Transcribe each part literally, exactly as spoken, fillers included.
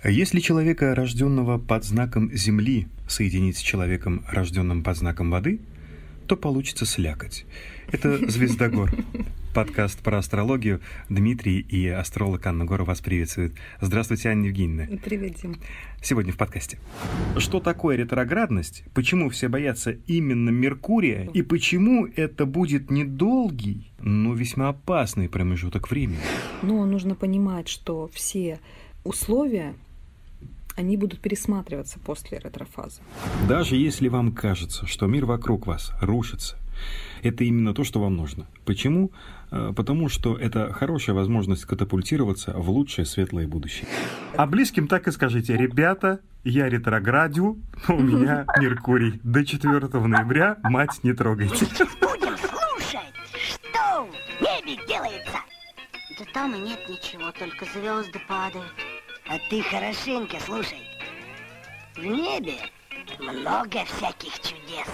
Если человека, рожденного под знаком Земли, соединить с человеком, рожденным под знаком воды, то получится слякоть. Это «Звездогор». Подкаст про астрологию. Дмитрий и астролог Анна Гора вас приветствуют. Здравствуйте, Анна Евгеньевна. Привет, Дим. Сегодня в подкасте. Что такое ретроградность? Почему все боятся именно Меркурия? И почему это будет недолгий, но весьма опасный промежуток времени? Но нужно понимать, что все условия, они будут пересматриваться после ретрофазы. Даже если вам кажется, что мир вокруг вас рушится, это именно то, что вам нужно. Почему? Потому что это хорошая возможность катапультироваться в лучшее светлое будущее. А близким так и скажите: ребята, я ретроградю, у меня Меркурий. До четвёртого ноября мать не трогайте. Будем слушать, что в небе делается. Да там и нет ничего, только звезды падают. А ты хорошенько слушай. В небе много всяких чудес.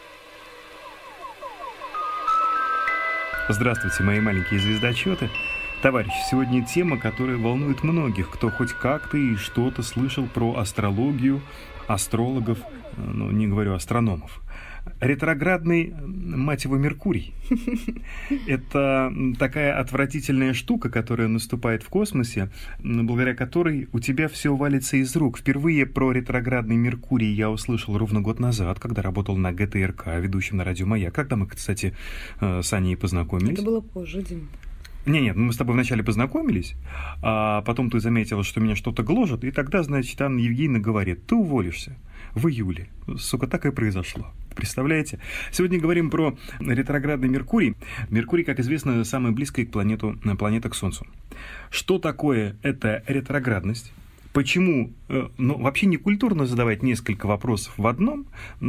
Здравствуйте, мои маленькие звездочеты. Товарищи, сегодня тема, которая волнует многих, кто хоть как-то и что-то слышал про астрологию, астрологов, ну, не говорю астрономов. Ретроградный, мать его, Меркурий. Это такая отвратительная штука, которая наступает в космосе, благодаря которой у тебя все валится из рук. Впервые про ретроградный Меркурий я услышал ровно год назад, когда работал на гэ тэ эр ка, ведущим на радио «Маяк». Когда мы, кстати, с Аней познакомились. Это было позже, Дим. Не-нет, мы с тобой вначале познакомились, а потом ты заметила, что меня что-то гложет, и тогда, значит, Анна Евгеньевна говорит: ты уволишься в июле. Сука, так и произошло. Представляете? Сегодня говорим про ретроградный Меркурий. Меркурий, как известно, самая близкая к планету, планета к Солнцу. Что такое эта ретроградность? Почему? Ну, вообще не культурно задавать несколько вопросов в одном.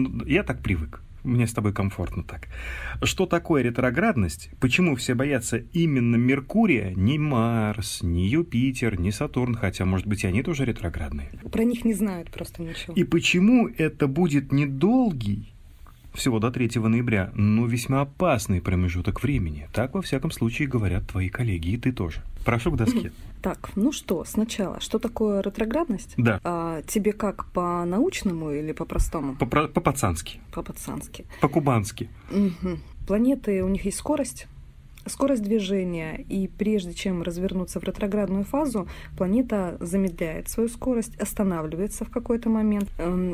Я так привык. Мне с тобой комфортно так. Что такое ретроградность? Почему все боятся именно Меркурия? Не Марс, не Юпитер, не Сатурн, хотя, может быть, и они тоже ретроградные. Про них не знают просто ничего. И почему это будет недолгий, всего до третьего ноября, но весьма опасный промежуток времени? Так, во всяком случае, говорят твои коллеги, и ты тоже. Прошу к доске. Так, ну что, сначала, что такое ретроградность? Да. А, тебе как, по-научному или по-простому? По-пацански. По-пацански. По-кубански. Угу. Планеты, у них есть скорость, скорость движения, и прежде чем развернуться в ретроградную фазу, планета замедляет свою скорость, останавливается в какой-то момент.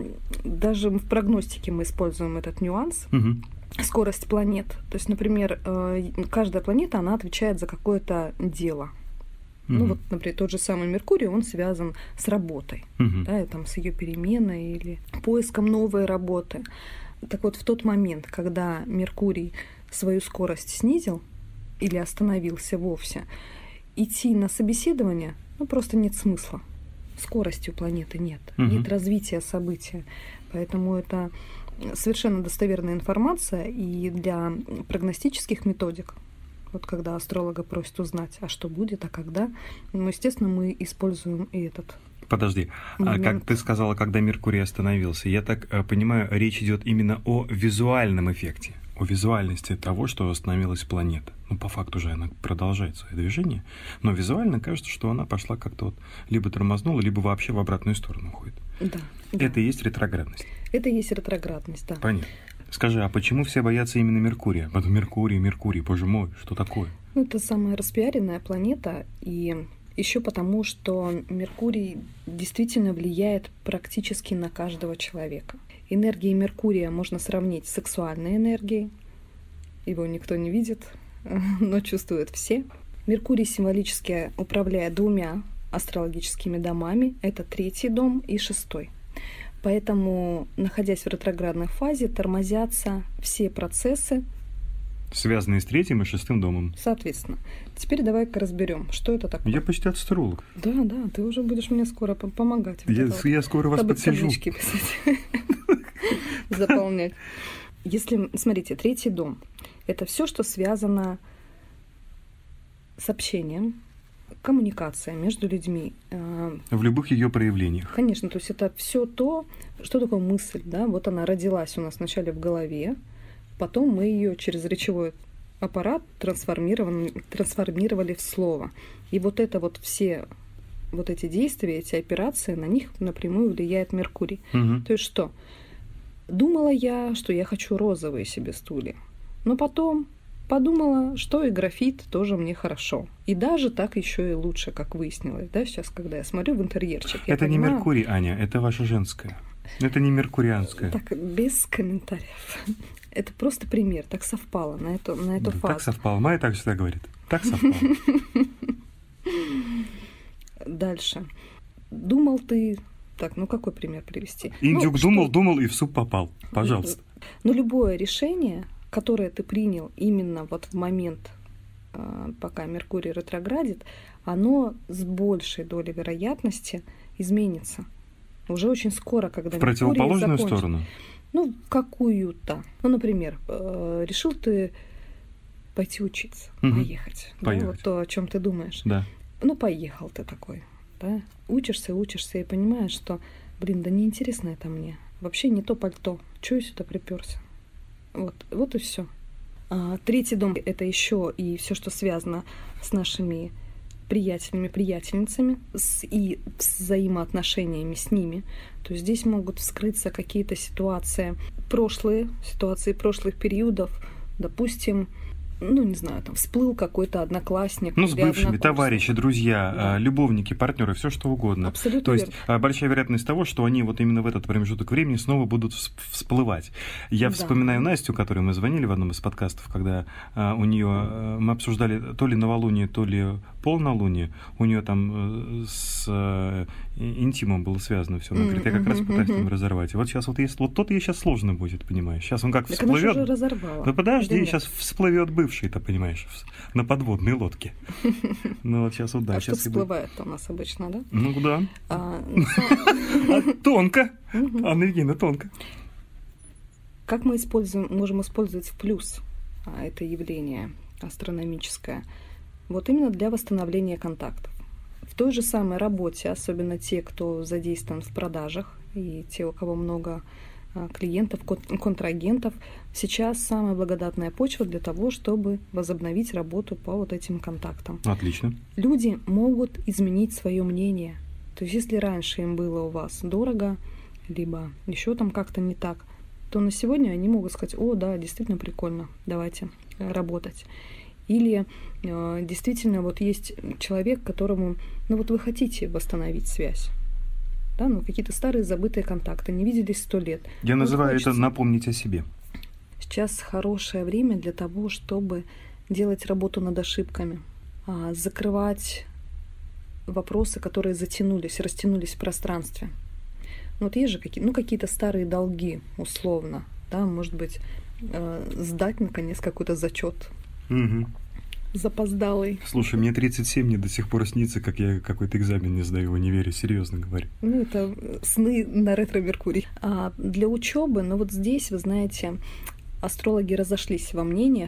Даже в прогностике мы используем этот нюанс. Угу. Скорость планет. То есть, например, каждая планета, она отвечает за какое-то дело. Mm-hmm. Ну вот, например, тот же самый Меркурий, он связан с работой, mm-hmm. да, там, с ее переменой или поиском новой работы. Так вот, в тот момент, когда Меркурий свою скорость снизил или остановился вовсе, идти на собеседование, ну, просто нет смысла. Скорости у планеты нет, mm-hmm. нет развития события. Поэтому это совершенно достоверная информация, и для прогностических методик, вот когда астролога просят узнать, а что будет, а когда, ну, естественно, мы используем и этот. Подожди, а как ты сказала, когда Меркурий остановился, я так понимаю, речь идет именно о визуальном эффекте, о визуальности того, что остановилась планета. Ну, по факту же она продолжает свое движение, но визуально кажется, что она пошла как-то вот либо тормознула, либо вообще в обратную сторону уходит. Да. Это да. и есть ретроградность. Это и есть ретроградность, да. Понятно. Скажи, а почему все боятся именно Меркурия? Вот Меркурий, Меркурий, боже мой, что такое? Ну, это самая распиаренная планета, и еще потому, что Меркурий действительно влияет практически на каждого человека. Энергией Меркурия можно сравнить с сексуальной энергией. Его никто не видит, но чувствуют все. Меркурий символически управляет двумя астрологическими домами. Это третий дом и шестой. Поэтому, находясь в ретроградной фазе, тормозятся все процессы, связанные с третьим и шестым домом. Соответственно. Теперь давай-ка разберем, что это такое. Я почти астролог. Да, да, ты уже будешь мне скоро помогать. Я, вот я скоро вас подсижу. Таблички писать, заполнять. Если, смотрите, третий дом — это все, что связано с общением, коммуникация между людьми. В любых ее проявлениях. Конечно, то есть это все то, что такое мысль, да, вот она родилась у нас вначале в голове, потом мы ее через речевой аппарат трансформировали, трансформировали в слово. И вот это вот все вот эти действия, эти операции, на них напрямую влияет Меркурий. Угу. То есть что? Думала я, что я хочу розовые себе стулья. Но потом подумала, что и графит тоже мне хорошо. И даже так еще и лучше, как выяснилось. Да, сейчас, когда я смотрю в интерьерчик. Это не понимаю... Меркурий, Аня, это ваша женская. Это не меркурианская. Так, без комментариев. Это просто пример. Так совпало на эту, на эту да, фазу. Так совпало. Майя так всегда говорит. Так совпало. Дальше. Думал ты... Так, ну какой пример привести? Индюк ну, думал, что... думал и в суп попал. Пожалуйста. Но любое решение, которое ты принял именно вот в момент, пока Меркурий ретроградит, оно с большей долей вероятности изменится. Уже очень скоро, когда в противоположную закончит. сторону? Ну, какую-то. Ну, например, решил ты пойти учиться, угу. поехать. Поехать. Да, вот то, о чем ты думаешь. Да. Ну, поехал ты такой. Да? Учишься, учишься и понимаешь, что, блин, да неинтересно это мне. Вообще не то пальто. Чего я сюда приперся? Вот, вот и все. А, третий дом — это еще и все, что связано с нашими приятелями, приятельницами с, и взаимоотношениями с ними. То есть здесь могут вскрыться какие-то ситуации прошлые, ситуации прошлых периодов, допустим, ну, не знаю, там всплыл какой-то одноклассник. Ну, с бывшими, товарищи, друзья, да. любовники, партнеры, все что угодно. Абсолютно То есть верно. Большая вероятность того, что они вот именно в этот промежуток времени снова будут всплывать. Я да. вспоминаю Настю, которой мы звонили в одном из подкастов, когда а, у нее а, мы обсуждали то ли новолуние, то ли полнолуние. У нее там с а, интимом было связано все. Она mm-hmm. говорит, я как раз пытаюсь mm-hmm. разорвать. И вот сейчас вот есть, вот тот ей сейчас сложно будет, понимаешь? Сейчас он как так всплывет. Она уже разорвала. Да подожди, сейчас всплывет бывший-то, понимаешь, на подводной лодке. Ну вот сейчас вот да. А что всплывает-то у нас обычно, да? Ну да. А, тонко. Анна Евгеньевна, тонко. Как мы используем, можем использовать в плюс это явление астрономическое? Вот именно для восстановления контактов. В той же самой работе, особенно те, кто задействован в продажах, и те, у кого много клиентов, контрагентов, сейчас самая благодатная почва для того, чтобы возобновить работу по вот этим контактам. Отлично. Люди могут изменить свое мнение. То есть, если раньше им было у вас дорого, либо еще там как-то не так, то на сегодня они могут сказать: о, да, действительно прикольно, давайте работать. Или э, действительно вот есть человек, которому, ну вот вы хотите восстановить связь. Да, ну какие-то старые забытые контакты, не виделись сто лет. Я вот называю хочется. это напомнить о себе. Сейчас хорошее время для того, чтобы делать работу над ошибками, закрывать вопросы, которые затянулись, растянулись в пространстве. Ну, вот есть же какие, ну, какие-то старые долги, условно, да, может быть, сдать, наконец, какой-то зачет. Угу. Запоздалый. Слушай, мне тридцать семь, мне до сих пор снится, как я какой-то экзамен не сдаю, в универе, серьезно говорю. Ну, это сны на ретро-меркурий. А для учебы, ну, вот здесь, вы знаете, астрологи разошлись во мнениях.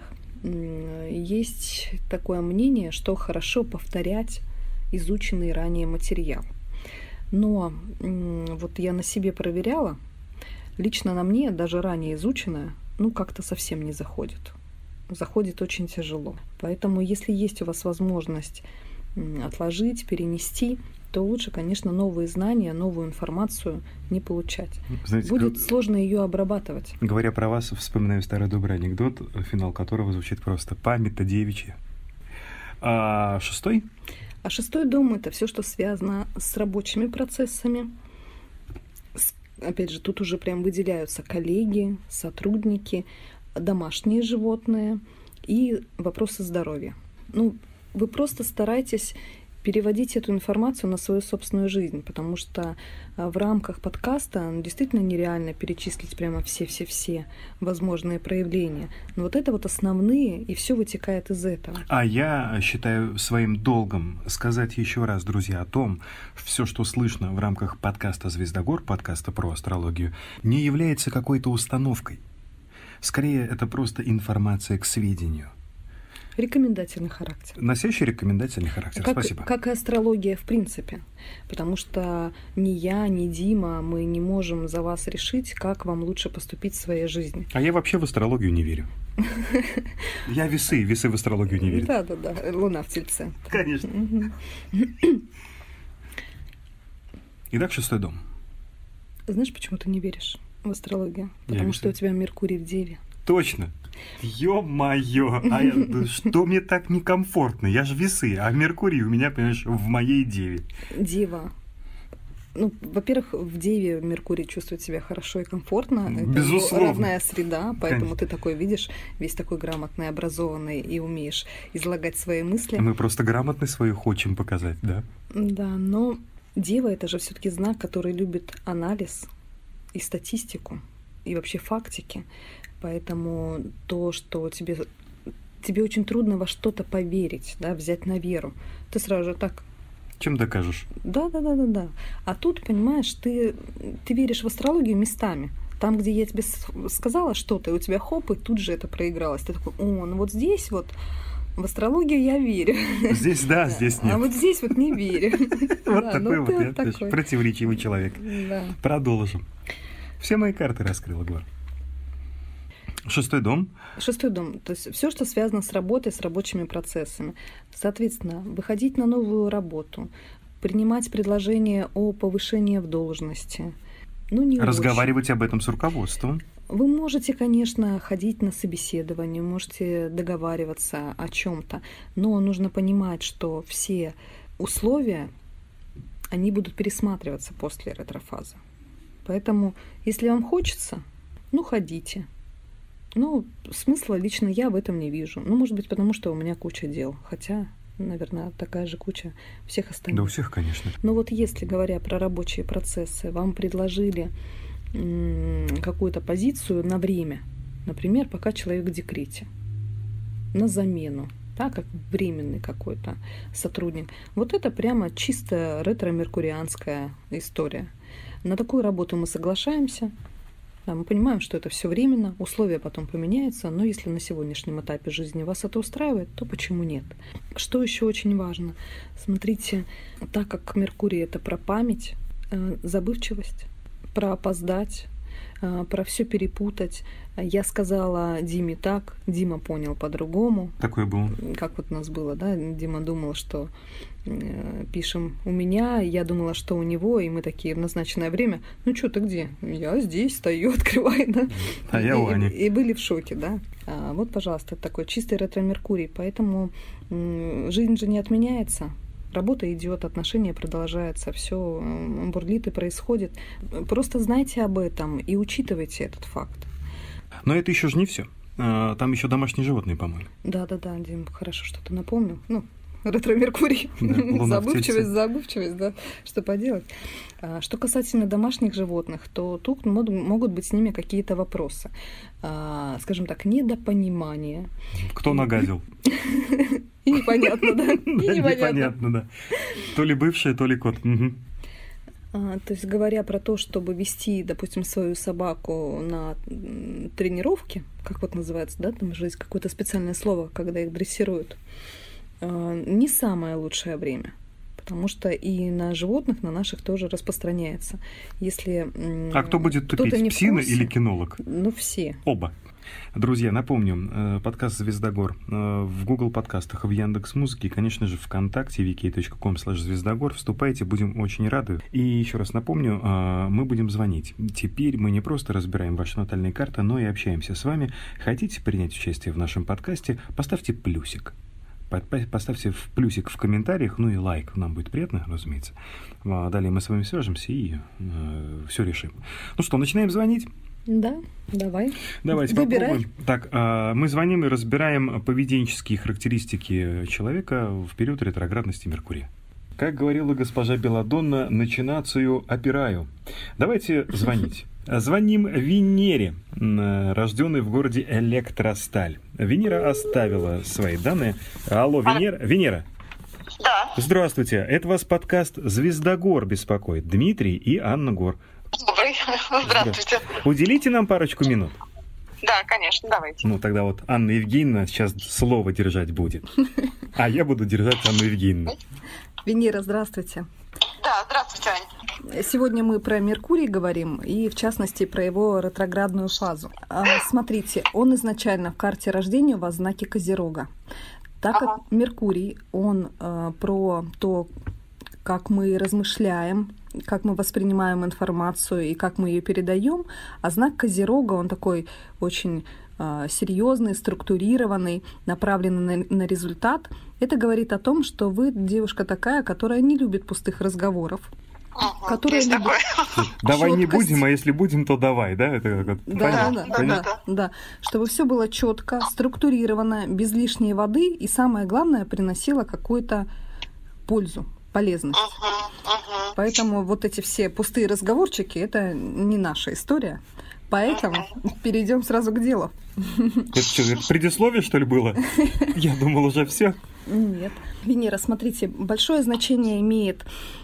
Есть такое мнение, что хорошо повторять изученный ранее материал. Но вот я на себе проверяла, лично на мне даже ранее изученное, ну, как-то совсем не заходит. Заходит очень тяжело. Поэтому, если есть у вас возможность отложить, перенести, то лучше, конечно, новые знания, новую информацию не получать. Знаете, будет как... сложно ее обрабатывать. Говоря про вас, вспоминаю старый добрый анекдот, финал которого звучит просто «память-то девичья». А шестой? А шестой дом — это все, что связано с рабочими процессами. С, опять же, тут уже прям выделяются коллеги, сотрудники, домашние животные и вопросы здоровья. Ну, вы просто старайтесь переводить эту информацию на свою собственную жизнь, потому что в рамках подкаста действительно нереально перечислить прямо все-все-все возможные проявления. Но вот это вот основные, и все вытекает из этого. А я считаю своим долгом сказать еще раз, друзья, о том, все, что слышно в рамках подкаста «Звездогор», подкаста про астрологию, не является какой-то установкой. Скорее, это просто информация к сведению. Рекомендательный характер. Носящий рекомендательный характер. Как, Спасибо. Как и астрология в принципе. Потому что ни я, ни Дима, мы не можем за вас решить, как вам лучше поступить в своей жизни. А я вообще в астрологию не верю. Я весы, весы в астрологию не верю. Да-да-да, Луна в Тельце. Конечно. Итак, шестой дом. Знаешь, почему ты не веришь в астрологию? Потому Я что у тебя Меркурий в Деве. Точно. Ё-моё, а я, что мне так некомфортно? Я же весы, а Меркурий у меня, понимаешь, в моей Деве. Дева. Ну, во-первых, в Деве Меркурий чувствует себя хорошо и комфортно. Безусловно. Это ровная среда, поэтому Конечно. ты такой видишь, весь такой грамотный, образованный и умеешь излагать свои мысли. Мы просто грамотность свою хотим показать, да? Да, но Дева — это же все-таки знак, который любит анализ и статистику, и вообще фактики. Поэтому то, что тебе, тебе очень трудно во что-то поверить, да, взять на веру, ты сразу же так... Чем докажешь? Да, да, да, да, да. А тут, понимаешь, ты, ты веришь в астрологию местами. Там, где я тебе сказала что-то, и у тебя хоп, и тут же это проигралось. Ты такой: о, ну вот здесь вот в астрологию я верю. Здесь да, здесь нет. А вот здесь вот не верю. Вот такой вот я, противоречивый человек. Продолжим. Все мои карты раскрыла, Гвар. Шестой дом. Шестой дом. То есть все, что связано с работой, с рабочими процессами. Соответственно, выходить на новую работу, принимать предложения о повышении в должности. Ну, не Разговаривать очень. об этом с руководством. Вы можете, конечно, ходить на собеседование, можете договариваться о чем-то, но нужно понимать, что все условия, они будут пересматриваться после ретрофазы. Поэтому, если вам хочется, ну, ходите. Ну, смысла лично я в этом не вижу. Ну, может быть, потому что у меня куча дел. Хотя, наверное, такая же куча всех остальных. Да у всех, конечно. Но вот если, говоря про рабочие процессы, вам предложили м- какую-то позицию на время, например, пока человек в декрете, на замену, да, как временный какой-то сотрудник, вот это прямо чисто ретро-меркурианская история. На такую работу мы соглашаемся. Да, мы понимаем, что это все временно, условия потом поменяются, но если на сегодняшнем этапе жизни вас это устраивает, то почему нет? Что еще очень важно? Смотрите, так как Меркурий — это про память, забывчивость, про опоздать, про все перепутать. Я сказала Диме так, Дима понял по-другому. Такое было. Как вот у нас было, да? Дима думал, что э, пишем у меня, я думала, что у него, и мы такие в назначенное время: ну что, ты где? Я здесь стою, открывай, да? А я у Ани. И, и были в шоке, да? А вот, пожалуйста, такой чистый ретро-меркурий. Поэтому м- жизнь же не отменяется. Работа идет, отношения продолжаются, все бурлит и происходит. Просто знайте об этом и учитывайте этот факт. Но это еще же не все. Там еще домашние животные, по-моему. Да, да, да, Дим, хорошо, что ты напомнил. Ну, ретро-меркурий. Да, забывчивость, забывчивость, да. Что поделать? Что касательно домашних животных, то тут могут быть с ними какие-то вопросы. Скажем так, недопонимание. Кто нагадил? И непонятно, да? И непонятно, да. То ли бывшая, то ли кот. А, то есть, говоря про то, чтобы вести, допустим, свою собаку на тренировки, как вот называется, да, там же есть какое-то специальное слово, когда их дрессируют, а, не самое лучшее время. Потому что и на животных, на наших тоже распространяется. Если а кто будет тупить, псина или кинолог? Ну, все. Оба. Друзья, напомню, подкаст «Звездогор» в Google подкастах, в Яндекс.Музыке и, конечно же, ВКонтакте, ви кей точка ком слэш звездогор. Вступайте, будем очень рады. И еще раз напомню, мы будем звонить. Теперь мы не просто разбираем ваши натальные карты, но и общаемся с вами. Хотите принять участие в нашем подкасте? Поставьте плюсик. Поставьте в плюсик в комментариях, ну и лайк. Нам будет приятно, разумеется. Далее мы с вами свяжемся и э, все решим. Ну что, начинаем звонить? Да, давай. Давайте Выбирай. попробуем. Так, мы звоним и разбираем поведенческие характеристики человека в период ретроградности Меркурия. Как говорила госпожа Белладонна, начинацию опираю. Давайте звонить. Звоним Венере, рожденной в городе Электросталь. Венера оставила свои данные. Алло, Венера. Венера. Да. Здравствуйте. Это вас подкаст «Звездогор» беспокоит. Дмитрий и Анна Гор. Добрый. Здравствуйте. Уделите нам парочку минут. Да, конечно, давайте. Ну, тогда вот Анна Евгеньевна сейчас слово держать будет. А я буду держать Анну Евгеньевну. Венера, здравствуйте. Да, здравствуйте, Аня. Сегодня мы про Меркурий говорим, и в частности про его ретроградную фазу. Смотрите, он изначально в карте рождения у вас в знаке Козерога. Так как Меркурий, он э, про то, как мы размышляем, как мы воспринимаем информацию и как мы ее передаем, а знак Козерога, он такой очень э, серьезный, структурированный, направленный на, на результат. Это говорит о том, что вы девушка такая, которая не любит пустых разговоров. Угу, которая любит давай чёткость. Не будем, а если будем, то давай, да? Это как, да, понятно, да, понятно? да, да, да. Чтобы все было четко, структурировано, без лишней воды и, самое главное, приносило какую-то пользу, полезность. Угу, угу. Поэтому вот эти все пустые разговорчики — это не наша история. Поэтому перейдем сразу к делу. Это что, это предисловие, что ли, было? Я думал, уже все. Нет. Венера, смотрите, большое значение имеет,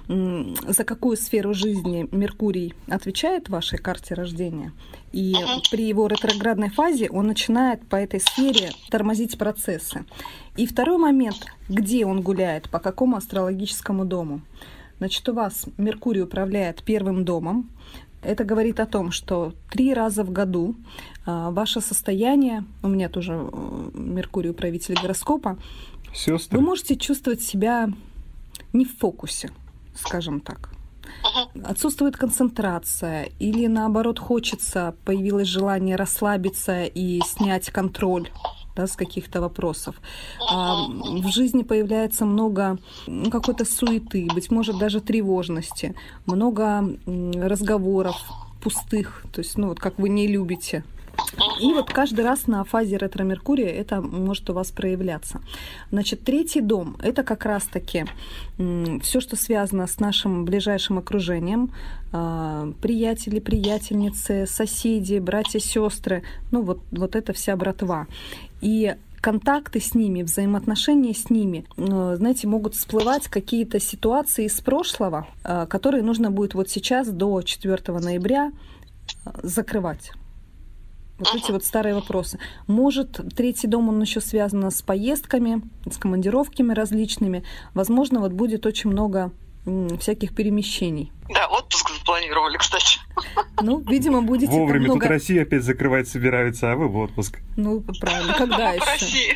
за какую сферу жизни Меркурий отвечает в вашей карте рождения. И при его ретроградной фазе он начинает по этой сфере тормозить процессы. И второй момент, где он гуляет, по какому астрологическому дому. Значит, у вас Меркурий управляет первым домом. Это говорит о том, что три раза в году а, ваше состояние, у меня тоже Меркурий управитель гороскопа, Сестры. вы можете чувствовать себя не в фокусе, скажем так. Отсутствует концентрация или, наоборот, хочется, появилось желание расслабиться и снять контроль, да, с каких-то вопросов. А в жизни появляется много ну, какой-то суеты, быть может, даже тревожности, много разговоров пустых, то есть, ну, вот как вы не любите. И вот каждый раз на фазе ретро-Меркурия это может у вас проявляться. Значит, третий дом – это как раз-таки все, что связано с нашим ближайшим окружением. Приятели, приятельницы, соседи, братья, сестры. Ну, вот, вот это вся братва. И контакты с ними, взаимоотношения с ними, знаете, могут всплывать какие-то ситуации из прошлого, которые нужно будет вот сейчас до четвёртого ноября закрывать. Вот эти вот старые вопросы. Может, третий дом, он еще связан с поездками, с командировками различными. Возможно, вот будет очень много м, всяких перемещений. Да, отпуск запланировали, кстати. Ну, видимо, будете Вовремя много... тут Россию опять закрывать собираются, а вы в отпуск. Ну, правильно, когда Мы по еще? России.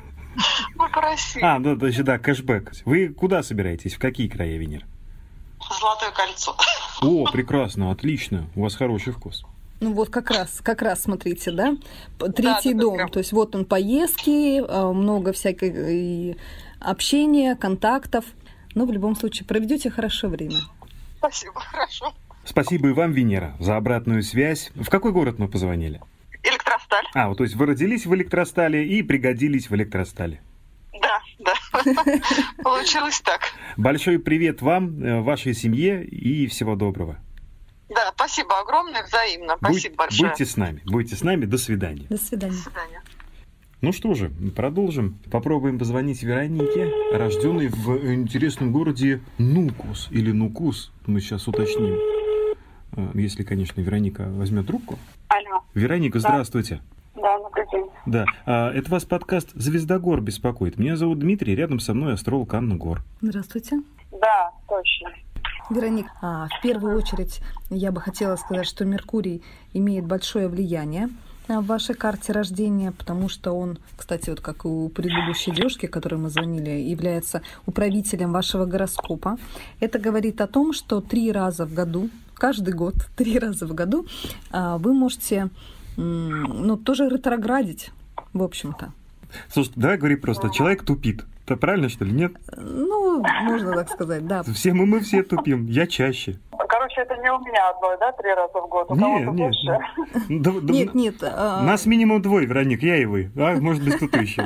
Мы по России. А, да, да, да, кэшбэк. Вы куда собираетесь? В какие края, Венера? Золотое кольцо. О, прекрасно, отлично. У вас хороший вкус. Ну вот как раз, как раз, смотрите, да, третий да, да, дом, прям. то есть вот он поездки, много всякой общения, контактов, но в любом случае проведете хорошо время. Спасибо, хорошо. Спасибо и вам, Венера, за обратную связь. В какой город мы позвонили? Электросталь. А, вот, то есть вы родились в Электростале и пригодились в Электростале. Да, да. Получилось так. Большой привет вам, вашей семье и всего доброго. Да, спасибо огромное, взаимно. Спасибо Будь, большое. Будьте с нами, будьте с нами. До свидания. До свидания. До свидания. Ну что же, продолжим. Попробуем позвонить Веронике, рожденной в интересном городе Нукус или Нукус. Мы сейчас уточним. Если, конечно, Вероника возьмет трубку. Алло. Вероника, здравствуйте. Да, добрый день. Да, это вас подкаст «Звездогор» беспокоит. Меня зовут Дмитрий, рядом со мной астролог Анна Гор. Здравствуйте. Да, точно. Вероника, а, в первую очередь я бы хотела сказать, что Меркурий имеет большое влияние в вашей карте рождения, потому что он, кстати, вот как и у предыдущей девушки, которой мы звонили, является управителем вашего гороскопа. Это говорит о том, что три раза в году, каждый год, три раза в году а, вы можете, ну, тоже ретроградить, в общем-то. Слушай, давай говори просто, человек тупит. Это правильно, что ли, нет? Ну, можно так сказать, да. Все мы, мы все тупим, я чаще. Короче, это не у меня одной, да, три раза в год? У Нет, кого-то нет, больше? нет. Да, да, Нет, нет. А... Нас минимум двое, Вероник, я и вы. А может быть, кто-то еще.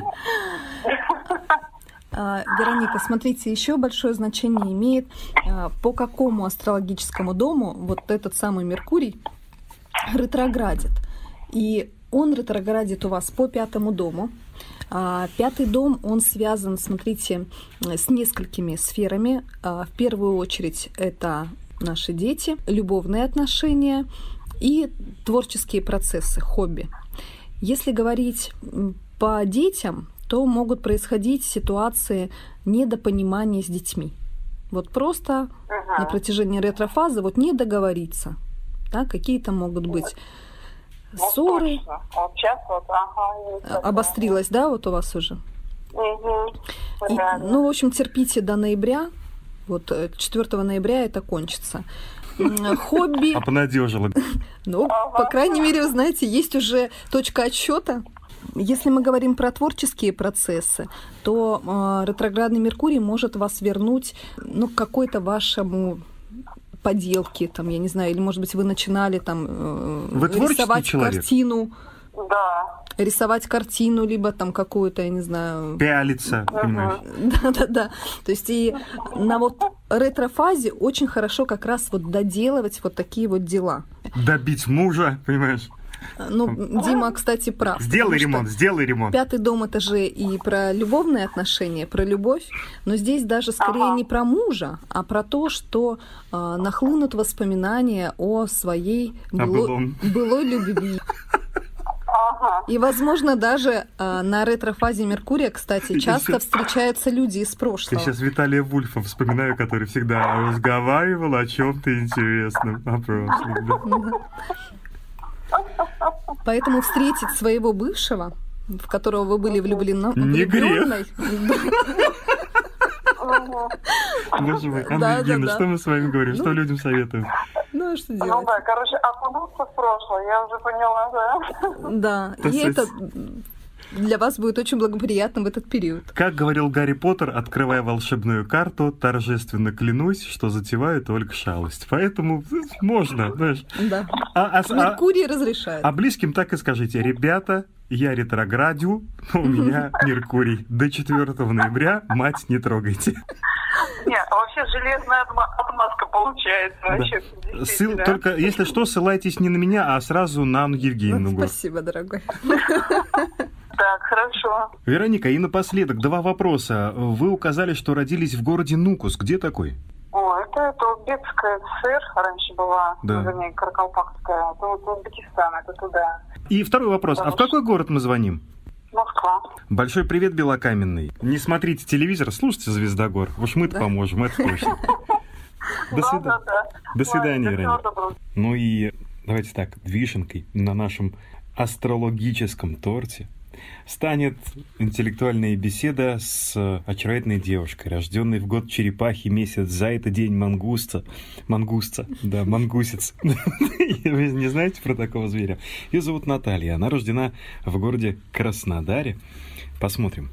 Вероника, смотрите, еще большое значение имеет, по какому астрологическому дому вот этот самый Меркурий ретроградит. И он ретроградит у вас по пятому дому. Пятый дом, он связан, смотрите, с несколькими сферами. В первую очередь это наши дети, любовные отношения и творческие процессы, хобби. Если говорить по детям, то могут происходить ситуации недопонимания с детьми. Вот просто ага. на протяжении ретрофазы вот не договориться. Да, какие-то могут быть вот ссоры. Вот сейчас вот, ага, обострилось, да, вот у вас уже? Угу. И, ну, в общем, терпите до ноября, Вот четвёртого ноября это кончится. Хобби... Обнадежила. Ну, по крайней мере, вы знаете, есть уже точка отсчета. Если мы говорим про творческие процессы, то э, ретроградный Меркурий может вас вернуть, ну, к какой-то вашему поделке, там, я не знаю, или, может быть, вы начинали там э, рисовать человек? картину. Да. Рисовать картину, либо там какую-то, я не знаю... Пялиться, понимаешь? Да-да-да. То есть и на вот ретрофазе очень хорошо как раз вот доделывать вот такие вот дела. Добить мужа, понимаешь? Ну, Дима, кстати, прав. Сделай ремонт, сделай ремонт. Пятый дом — это же и про любовные отношения, про любовь. Но здесь даже скорее ага. не про мужа, а про то, что э, нахлынут воспоминания о своей было... былой любви. Ага. И, возможно, даже э, на ретрофазе Меркурия, кстати, часто сейчас... встречаются люди из прошлого. Я сейчас Виталия Вульфа вспоминаю, который всегда разговаривал о чем-то интересном, о прошлом. Поэтому встретить своего бывшего, в которого вы были влюблены, не влюбленной... Боже мой, Анна Евгеньевна, что мы с вами говорим, что людям советуем? Ну, а что делать? Ну да, короче, окунуться в прошлое, я уже поняла, да. Да, и это для вас будет очень благоприятно в этот период. Как говорил Гарри Поттер, открывая волшебную карту, торжественно клянусь, что затеваю только шалость. Поэтому можно, знаешь. Да. А, а, Меркурий разрешает. А близким так и скажите: ребята, я ретроградю, но у меня Меркурий. До четвёртого ноября мать не трогайте. Нет, вообще железная отмазка получается. Да. Вообще, Ссыл, да? Только, если что, ссылайтесь не на меня, а сразу на Анну Евгеньевну. Вот, спасибо, дорогой. Так, хорошо. Вероника, и напоследок два вопроса. Вы указали, что родились в городе Нукус. Где такой? О, это, это Узбекская ССР раньше была, да. Вернее, Каракалпакская. Это вот Узбекистан, это туда. И второй вопрос. Потому а в какой город мы звоним? Москва. Большой привет, Белокаменный. Не смотрите телевизор, слушайте «Звездогор». Уж мы-то да. поможем, это точно. До, свид... да, да, да. До свидания, Вероника. Ну и давайте так, вишенкой на нашем астрологическом торте станет интеллектуальная беседа с очаровательной девушкой, рожденной в год черепахи, месяц зайца, день мангуста. Мангустца, да, мангусец. Вы не знаете про такого зверя? Ее зовут Наталья. Она рождена в городе Краснодаре. Посмотрим.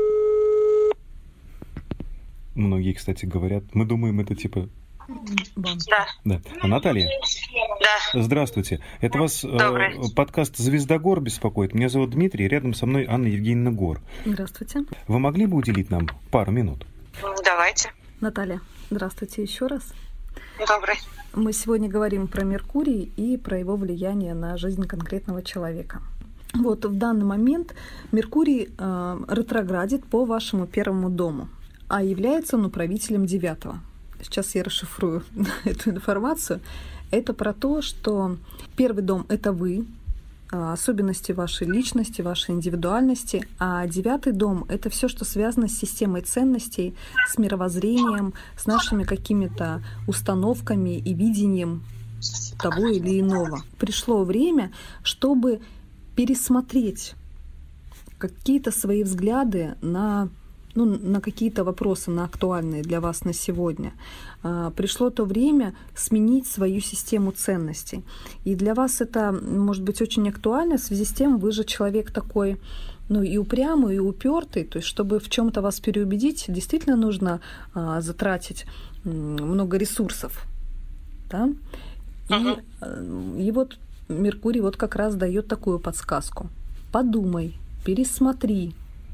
Многие, кстати, говорят, мы думаем, это типа... Да. Да. А Наталья? Да. Здравствуйте. Это вас Добрый. э, подкаст «Звездогор» беспокоит. Меня зовут Дмитрий, рядом со мной Анна Евгеньевна Гор. Здравствуйте. Вы могли бы уделить нам пару минут? Давайте. Наталья, здравствуйте еще раз. Добрый. Мы сегодня говорим про Меркурий и про его влияние на жизнь конкретного человека. Вот в данный момент Меркурий э, ретроградит по вашему первому дому, а является он управителем девятого. Сейчас я расшифрую эту информацию. Это про то, что первый дом — это вы, особенности вашей личности, вашей индивидуальности, а девятый дом — это все, что связано с системой ценностей, с мировоззрением, с нашими какими-то установками и видением того или иного. Пришло время, чтобы пересмотреть какие-то свои взгляды на Ну, на какие-то вопросы, на актуальные для вас на сегодня. Пришло то время сменить свою систему ценностей. И для вас это может быть очень актуально в связи с тем, вы же человек такой, ну, и упрямый, и упертый. То есть, чтобы в чем-то вас переубедить, действительно нужно а, затратить много ресурсов. Да? И, uh-huh. и вот Меркурий вот как раз дает такую подсказку. Подумай, пересмотри.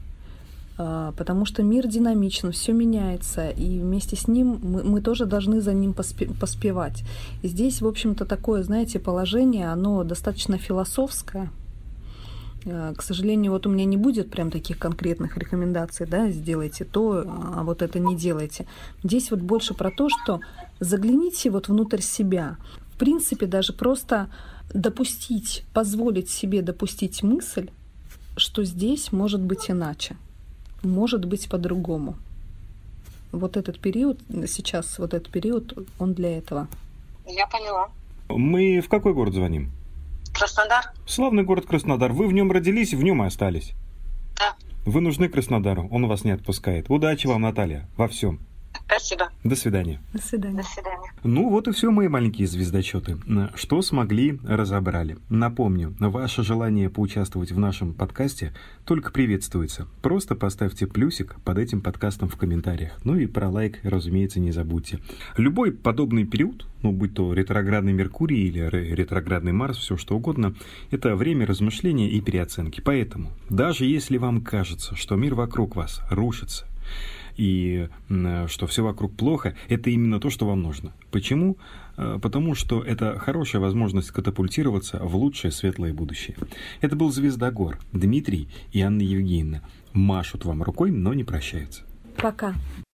Потому что мир динамичен, все меняется, и вместе с ним мы, мы тоже должны за ним поспе, поспевать. И здесь, в общем-то, такое, знаете, положение, оно достаточно философское. К сожалению, вот у меня не будет прям таких конкретных рекомендаций, да, сделайте то, а вот это не делайте. Здесь вот больше про то, что загляните вот внутрь себя. В принципе, даже просто допустить, позволить себе допустить мысль, что здесь может быть иначе. Может быть по-другому. Вот этот период, сейчас вот этот период, он для этого. Я поняла. Мы в какой город звоним? Краснодар. Славный город Краснодар. Вы в нем родились, в нем и остались. Да. Вы нужны Краснодару, он вас не отпускает. Удачи вам, Наталья, во всем. Спасибо. До свидания. До свидания. До свидания. Ну вот и все, мои маленькие звездочеты. Что смогли, разобрали. Напомню, ваше желание поучаствовать в нашем подкасте только приветствуется. Просто поставьте плюсик под этим подкастом в комментариях. Ну и про лайк, разумеется, не забудьте. Любой подобный период, ну будь то ретроградный Меркурий или ретроградный Марс, все что угодно, это время размышления и переоценки. Поэтому, даже если вам кажется, что мир вокруг вас рушится, и что все вокруг плохо, это именно то, что вам нужно. Почему? Потому что это хорошая возможность катапультироваться в лучшее светлое будущее. Это был Звездогор. Дмитрий и Анна Евгеньевна машут вам рукой, но не прощаются. Пока.